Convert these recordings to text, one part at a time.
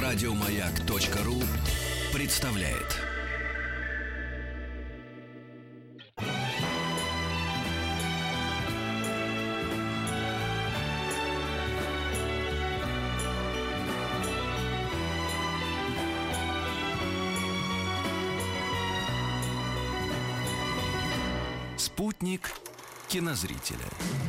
Радиомаяк.ру представляет. Спутник кинозрителя.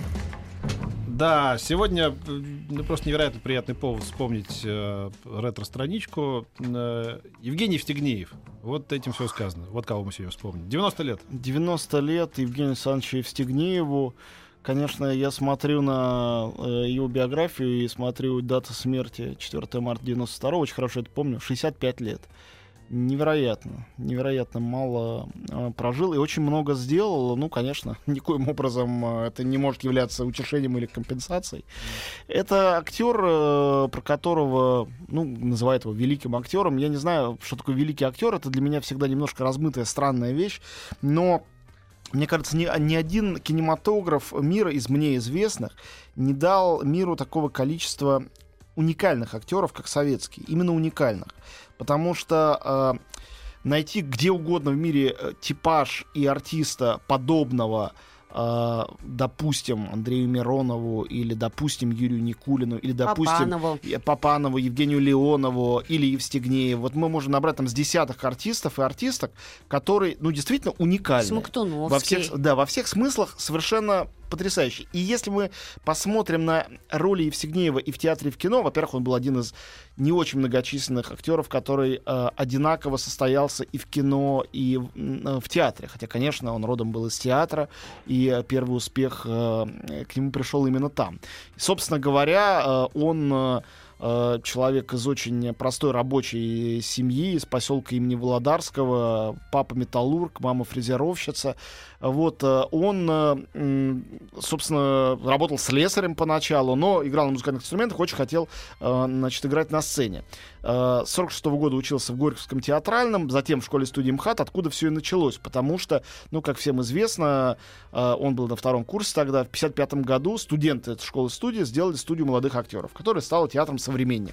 Да, сегодня просто невероятно приятный повод вспомнить ретро-страничку. Евгений Евстигнеев. Вот этим все сказано. Вот кого мы сегодня вспомним. 90 лет. 90 лет Евгению Александровичу Евстигнееву. Конечно, я смотрю на его биографию и смотрю дату смерти 4 марта 92-го. Очень хорошо это помню. 65 лет. Невероятно мало прожил и очень много сделал. Ну, конечно, никоим образом это не может являться утешением или компенсацией. Это актер, про которого, называют его великим актером. Я не знаю, что такое великий актер. Это для меня всегда немножко размытая, странная вещь. Но мне кажется, ни один кинематограф мира из мне известных не дал миру такого количества уникальных актеров, как советские. Именно уникальных. Потому что найти где угодно в мире типаж и артиста подобного, допустим, Андрею Миронову, или, допустим, Юрию Никулину, или, допустим, Папанову, Евгению Леонову или Евстигнееву. Вот мы можем набрать там с десяток артистов и артисток, которые, действительно уникальны. Смоктуновский. Во всех смыслах совершенно потрясающий. И если мы посмотрим на роли Евстигнеева и в театре, и в кино, во-первых, он был один из не очень многочисленных актеров, который одинаково состоялся и в кино, и в театре. Хотя, конечно, он родом был из театра, и первый успех к нему пришел именно там. И, собственно говоря, он человек из очень простой рабочей семьи, из поселка имени Володарского, папа металлург, мама фрезеровщица. Вот, он, собственно, работал слесарем поначалу, но играл на музыкальных инструментах, очень хотел, играть на сцене. С 46 года учился в Горьковском театральном, затем в школе-студии МХАТ, откуда все и началось, потому что, как всем известно, он был на втором курсе тогда, в 1955 году студенты этой школы-студии сделали студию молодых актеров, которая стала театром «Современник».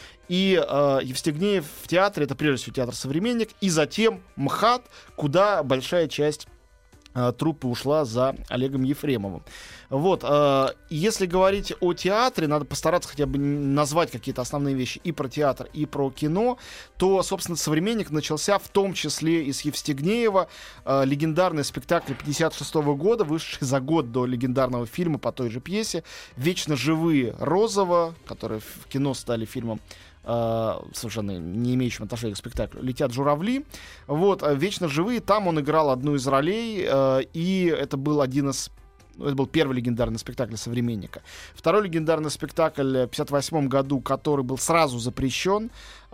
И Евстигнеев в театре — это прежде всего театр «Современник», и затем МХАТ, куда большая часть труппы ушла за Олегом Ефремовым. Вот, если говорить о театре, надо постараться хотя бы назвать какие-то основные вещи и про театр, и про кино, то, собственно, «Современник» начался в том числе и с Евстигнеева. Легендарный спектакль 1956 года, вышедший за год до легендарного фильма по той же пьесе, «Вечно живые» Розова, которые в кино стали фильмом совершенно не имеющим отношения к спектаклю, «Летят журавли». Вот, «Вечно живые», там он играл одну из ролей, и это был это был первый легендарный спектакль «Современника». Второй легендарный спектакль в 1958 году, который был сразу запрещен,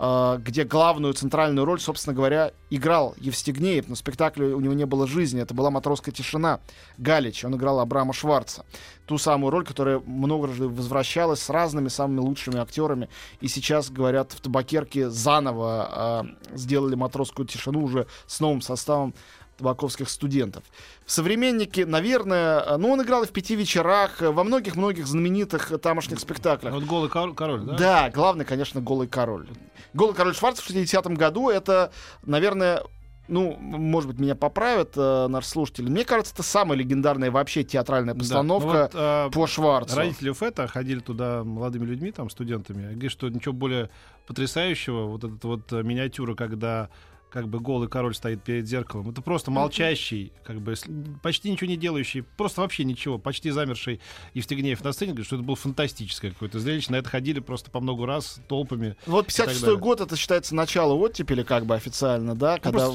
где главную центральную роль, собственно говоря, играл Евстигнеев, но в спектакле у него не было жизни. Это была «Матросская тишина» Галич. Он играл Абрама Шварца. Ту самую роль, которая много раз возвращалась с разными самыми лучшими актерами. И сейчас, говорят, в «Табакерке» заново сделали «Матросскую тишину» уже с новым составом табаковских студентов. В «Современнике», наверное, он играл и в «Пяти вечерах», во многих-многих знаменитых тамошних спектаклях. Вот «Голый король», да? Да, главный, конечно, «Голый король». «Голый король» Шварца в 60-м году — это, наверное, может быть, меня поправят наши слушатели. Мне кажется, это самая легендарная вообще театральная постановка по Шварцу. Родители Фета ходили туда молодыми людьми, там, студентами. Говорят, что ничего более потрясающего, вот эта вот миниатюра, когда голый король стоит перед зеркалом. Это просто молчащий, почти ничего не делающий, просто вообще ничего, почти замерший Евстигнеев на сцене. Говорит, что это было фантастическое какое-то зрелище. На это ходили просто по много раз толпами. Вот 56-й год, это считается начало оттепели, официально, да, когда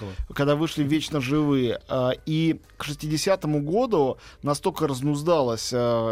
вышли «Вечно живые». И к 60-му году настолько разнуздалось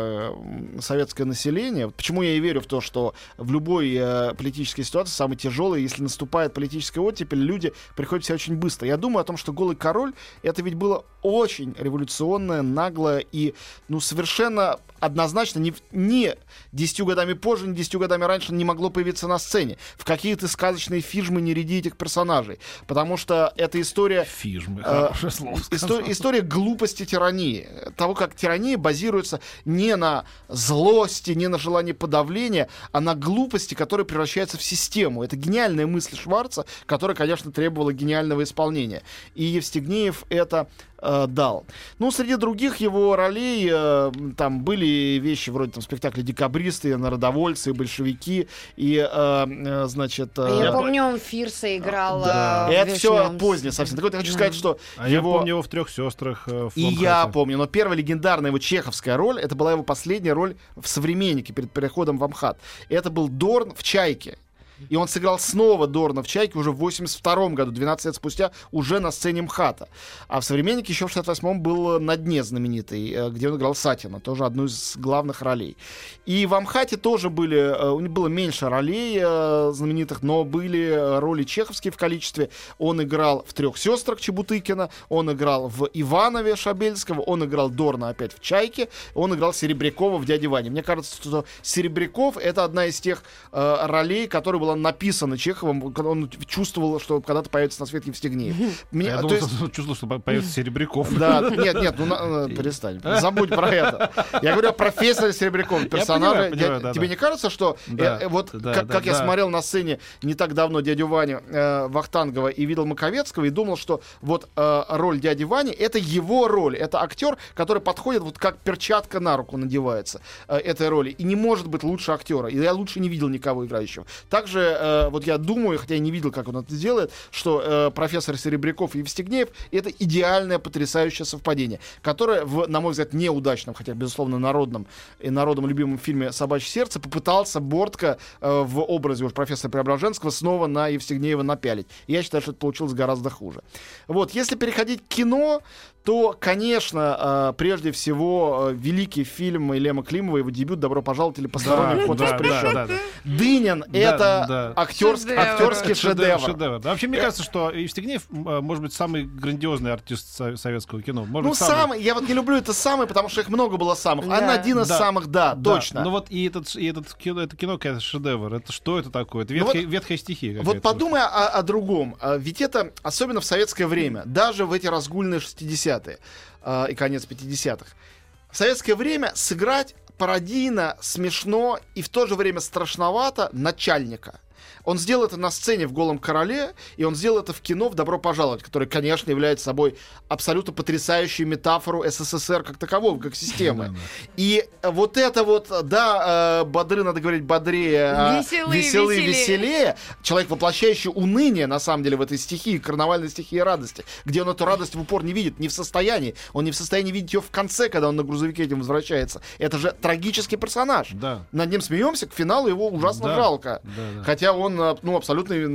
советское население. Почему я и верю в то, что в любой политической ситуации, самой тяжелой, если наступает политическая оттепель, люди люди приходят в себя очень быстро. Я думаю о том, что «Голый король» — это ведь было очень революционное, наглое и, совершенно однозначно ни 10 годами позже, ни 10 годами раньше не могло появиться на сцене. В какие-то сказочные фижмы не ряди этих персонажей. Потому что это история... Фижмы, хорошее слово. История глупости тирании. Того, как тирания базируется не на злости, не на желании подавления, а на глупости, которая превращается в систему. Это гениальная мысль Шварца, которая, конечно, требовала гениального исполнения. И Евстигнеев это дал. Среди других его ролей там были вещи вроде спектакля «Декабристы», «Народовольцы», «Большевики». И, Я помню, он Фирса играл. Да. Это все позднее совсем. Так вот, я хочу сказать, что я помню его в «Трех сестрах». И я помню, но первая легендарная его чеховская роль, это была его последняя роль в «Современнике» перед переходом в Амхат. Это был Дорн в «Чайке». И он сыграл снова Дорна в «Чайке» уже в 1982 году, 12 лет спустя, уже на сцене МХАТа. А в «Современнике» еще в 1968-м был «На дне» знаменитый, где он играл Сатина, тоже одну из главных ролей. И в «Амхате» тоже у него было меньше ролей знаменитых, но были роли чеховские в количестве. Он играл в «Трех сестрах» Чебутыкина, он играл в «Иванове» Шабельского, он играл Дорна опять в «Чайке», он играл Серебрякова в «Дяде Ване». Мне кажется, что Серебряков — это одна из тех ролей, которая была написана Чеховым, когда он чувствовал, что когда-то появится на свет Евстигнеев. Я думал, что чувствовал, что появится Серебряков. Да, нет, перестань, забудь про это. Я говорю о профессоре Серебрякове, персонаже. Тебе не кажется, что как я смотрел на сцене не так давно дядю Ваню Вахтангова и видел Маковецкого и думал, что вот роль дяди Вани — это его роль, это актер, который подходит вот как перчатка на руку надевается этой роли, и не может быть лучше актера. И я лучше не видел никого играющего. Также вот я думаю, хотя я не видел, как он это делает, что профессор Серебряков и Евстигнеев — это идеальное, потрясающее совпадение, которое на мой взгляд, неудачном, хотя, безусловно, народном любимом фильме «Собачье сердце» попытался Бортко в образе уж профессора Преображенского снова на Евстигнеева напялить. Я считаю, что это получилось гораздо хуже. Вот, если переходить к кино, то, конечно, прежде всего, великий фильм Илья Климова, его дебют «Добро пожаловать» или «Посторонний вход воспрещен». Дынин — это актерский шедевр. Вообще, мне кажется, что Евстигнеев, может быть, самый грандиозный артист советского кино. Самый. Я вот не люблю это «самый», потому что их много было самых. Он один из самых, точно. Ну вот и это кино, конечно, шедевр. Это что это такое? Это ветхая стихия. Вот подумай о другом. Ведь это, особенно в советское время, даже в эти разгульные 60-е и конец 50-х, в советское время сыграть пародийно, смешно и в то же время страшновато начальника. Он сделал это на сцене в «Голом короле», и он сделал это в кино в «Добро пожаловать», которое, конечно, является собой абсолютно потрясающую метафору СССР как такового, как системы. И вот это вот, бодры, надо говорить бодрее, веселее. Человек, воплощающий уныние, на самом деле, в этой стихии, карнавальной стихии радости, где он эту радость в упор не видит, не в состоянии. Он не в состоянии видеть ее в конце, когда он на грузовике этим возвращается. Это же трагический персонаж. Да. Над ним смеемся, к финалу его ужасно жалко. Да. Хотя он абсолютный,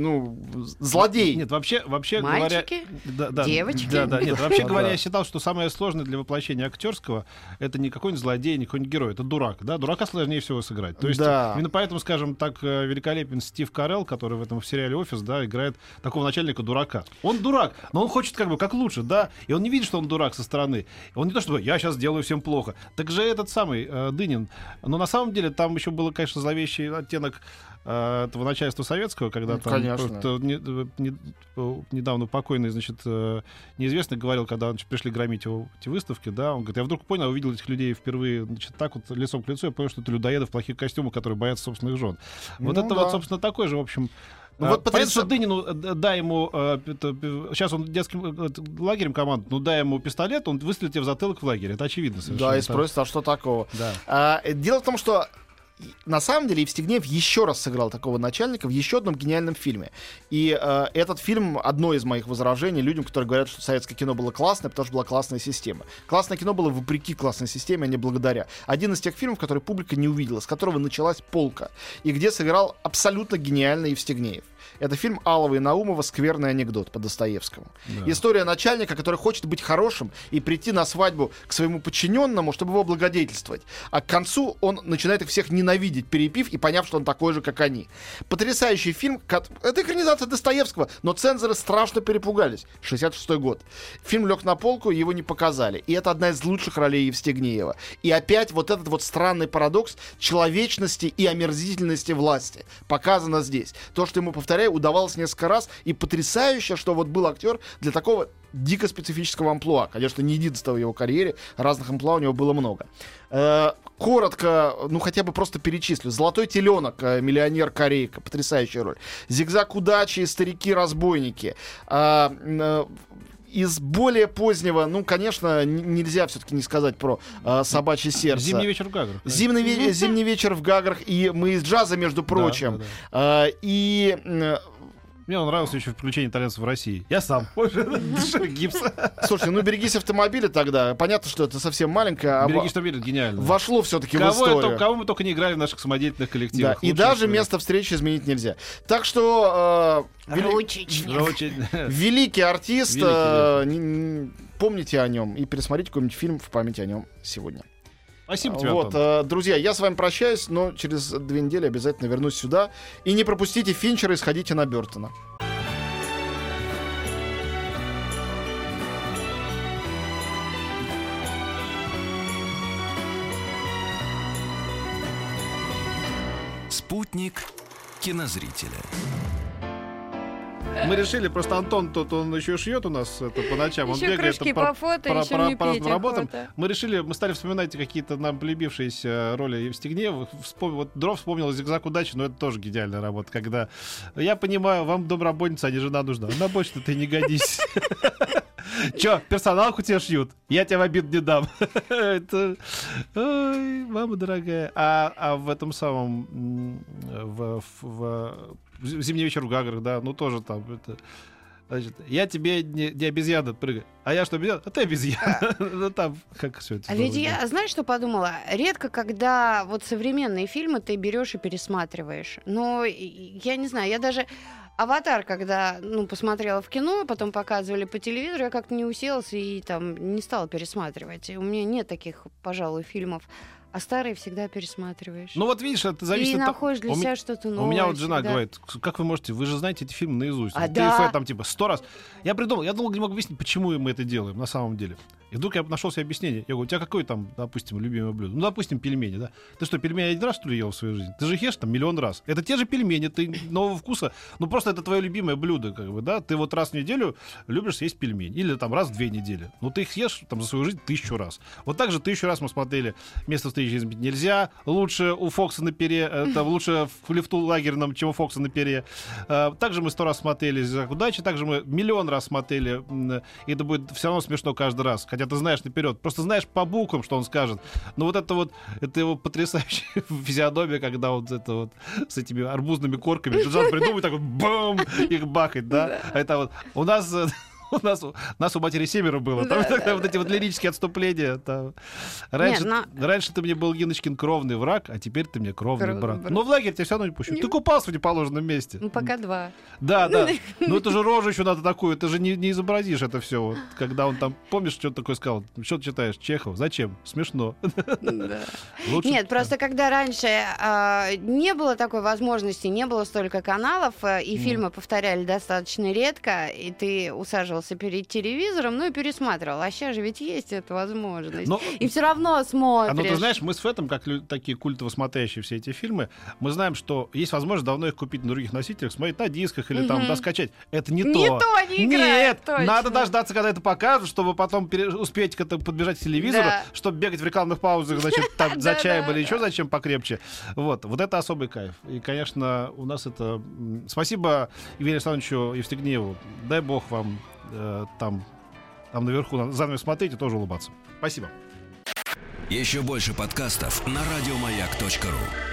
злодей. Нет, вообще мальчики, говоря... девочки. Нет, вообще говоря, я считал, что самое сложное для воплощения актерского — это не какой-нибудь злодей, не какой-нибудь герой, это дурак. Да? Дурака сложнее всего сыграть. То есть именно поэтому, скажем так, великолепен Стив Карелл, который в сериале «Офис», играет такого начальника-дурака. Он дурак, но он хочет как лучше, да, и он не видит, что он дурак со стороны. Он не то, что я сейчас сделаю всем плохо. Так же этот самый Дынин. Но на самом деле там еще был, конечно, зловещий оттенок этого начальства советского, когда там недавно покойный, неизвестный говорил, когда пришли громить его эти выставки, да, он говорит, я вдруг понял, увидел этих людей впервые, так вот лицом к лицу, я понял, что это людоеды в плохих костюмах, которые боятся собственных жен. Собственно, такой же, в общем... Понятно, что Дынину, дай ему... сейчас он детским лагерем командует, но дай ему пистолет, он выстрелит тебе в затылок в лагере. Это очевидно совершенно. Да, и спросит, а что такого? Да. Дело в том, что на самом деле Евстигнеев еще раз сыграл такого начальника в еще одном гениальном фильме. И этот фильм — одно из моих возражений людям, которые говорят, что советское кино было классное, потому что была классная система. Классное кино было вопреки классной системе, а не благодаря. Один из тех фильмов, который публика не увидела, с которого началась «Полка», и где сыграл абсолютно гениальный Евстигнеев. Это фильм Алова и Наумова «Скверный анекдот» по Достоевскому. Да. История начальника, который хочет быть хорошим и прийти на свадьбу к своему подчиненному, чтобы его благодетельствовать. А к концу он начинает их всех ненавидеть возненавидеть, перепив и поняв, что он такой же, как они. Потрясающий фильм. Это экранизация Достоевского, но цензоры страшно перепугались. 66-й год. Фильм лег на полку, его не показали. И это одна из лучших ролей Евстигнеева. И опять вот этот вот странный парадокс человечности и омерзительности власти показано здесь. То, что ему, повторяю, удавалось несколько раз. И потрясающе, что вот был актер для такого дико специфического амплуа. Конечно, не единственного в его карьере. Разных амплуа у него было много. Коротко, ну хотя бы просто перечислю. «Золотой теленок», «Миллионер Корейка», потрясающая роль. «Зигзаг удачи», «Старики-разбойники». Из более позднего, ну, конечно, нельзя все-таки не сказать про «Собачье сердце». «Зимний вечер в Гаграх». «Зимний вечер в Гаграх», и «Мы из джаза», между прочим. Да. И... Мне он нравился еще в «Приключении итальянцев в России». Я сам. Гипс. Слушайте, ну «Берегись автомобиля» тогда. Понятно, что это совсем маленькое. «Берегись автомобиля» — гениально. Вошло все-таки в историю. Кого мы только не играли в наших самодеятельных коллективах. Да, и даже место встречи изменить нельзя. Так что... Великий артист. Помните о нем и пересмотрите какой-нибудь фильм в памяти о нем сегодня. Спасибо тебе, Антон. Друзья, я с вами прощаюсь, но через 2 недели обязательно вернусь сюда. И не пропустите Финчера и сходите на Бёртона. Спутник кинозрителя. Мы решили, просто Антон тут он еще шьет у нас это по ночам. Он еще бегает кружки по фото, еще мне по петь работам. охота. Мы стали вспоминать какие-то нам полюбившиеся роли Евстигнеева. Вот Дров вспомнил «Зигзаг удачи», но это тоже гениальная работа. Когда я понимаю, вам домработница, а не жена нужна. На больше ты не годись. Че, персоналку тебе шьют? Я тебе в обид не дам. Это... Ой, мама дорогая. А в этом самом... В «Зимний вечер в Гаграх», да, ну тоже там это... Значит, я тебе не обезьяна, прыгай. А я что, обезьяна? А ты обезьяна. Ну там, как все это... А ведь я, знаешь, что подумала? Редко, когда вот современные фильмы ты берешь и пересматриваешь. Но я не знаю, я даже... «Аватар», когда посмотрела в кино, потом показывали по телевизору, я как-то не уселась и там не стала пересматривать. У меня нет таких, пожалуй, фильмов. А старые всегда пересматриваешь. Ну вот видишь, это зависит и от... находишь для себя что-то новое. У меня вот жена всегда говорит, как вы можете, вы же знаете эти фильмы наизусть. Да. Там типа 100 раз. Я долго не мог объяснить, почему мы это делаем на самом деле. И вдруг я нашел себе объяснение. Я говорю, у тебя какое там, допустим, любимое блюдо? Ну, допустим, пельмени, да? Ты что, пельмени один раз, что ли, ел в своей жизни? Ты же их ешь там миллион раз. Это те же пельмени, ты нового вкуса. Ну, просто это твое любимое блюдо, как бы, да? Ты вот раз в неделю любишь съесть пельмени. Или там раз в 2 недели. Ну, ты их съешь там за свою жизнь 1000 раз. Вот так же 1000 раз мы смотрели «Место встречи изменить нельзя». Лучше у Фокса на пере, это лучше в лифту лагерном, чем у Фокса на пере. Также мы 100 раз смотрели «Зигзаг удачи», также мы миллион раз смотрели, и это будет все равно смешно каждый раз. Хотя ты знаешь наперед, просто знаешь по буквам, что он скажет. Но вот это его потрясающая физиономия, когда вот это вот с этими арбузными корками Джан придумает так вот бам, их бахать, да? Это вот у нас у матери 7 было. Там вот эти вот лирические отступления. Раньше ты мне был, Гиночкин, кровный враг, а теперь ты мне кровный брат. Но в лагерь тебя все равно не пущу. Ты купался в неположенном месте. Ну, пока 2. Да. Ну, это же рожу еще надо такую. Ты же не изобразишь это все. Вот, когда он там, помнишь, что такое сказал? Что ты читаешь? Чехов. Зачем? Смешно. Нет, просто когда раньше не было такой возможности, не было столько каналов, и фильмы повторяли достаточно редко, и ты усаживался перед телевизором, и пересматривал. А сейчас же ведь есть эта возможность. И все равно смотришь. Ну, ты знаешь, мы с Фэтом, как такие культово смотрящие все эти фильмы, мы знаем, что есть возможность давно их купить на других носителях, смотреть на дисках или там скачать. Это не то. Не играет. Нет, точно. Надо дождаться, когда это покажут, чтобы потом успеть подбежать к телевизору, чтобы бегать в рекламных паузах, значит, там, за чаем или еще зачем покрепче. Вот это особый кайф. И, конечно, у нас это... Спасибо Евгению Александровичу Евстигнееву. Дай бог вам там наверху занавес смотреть и тоже улыбаться. Спасибо. Еще больше подкастов на радиомаяк.ру.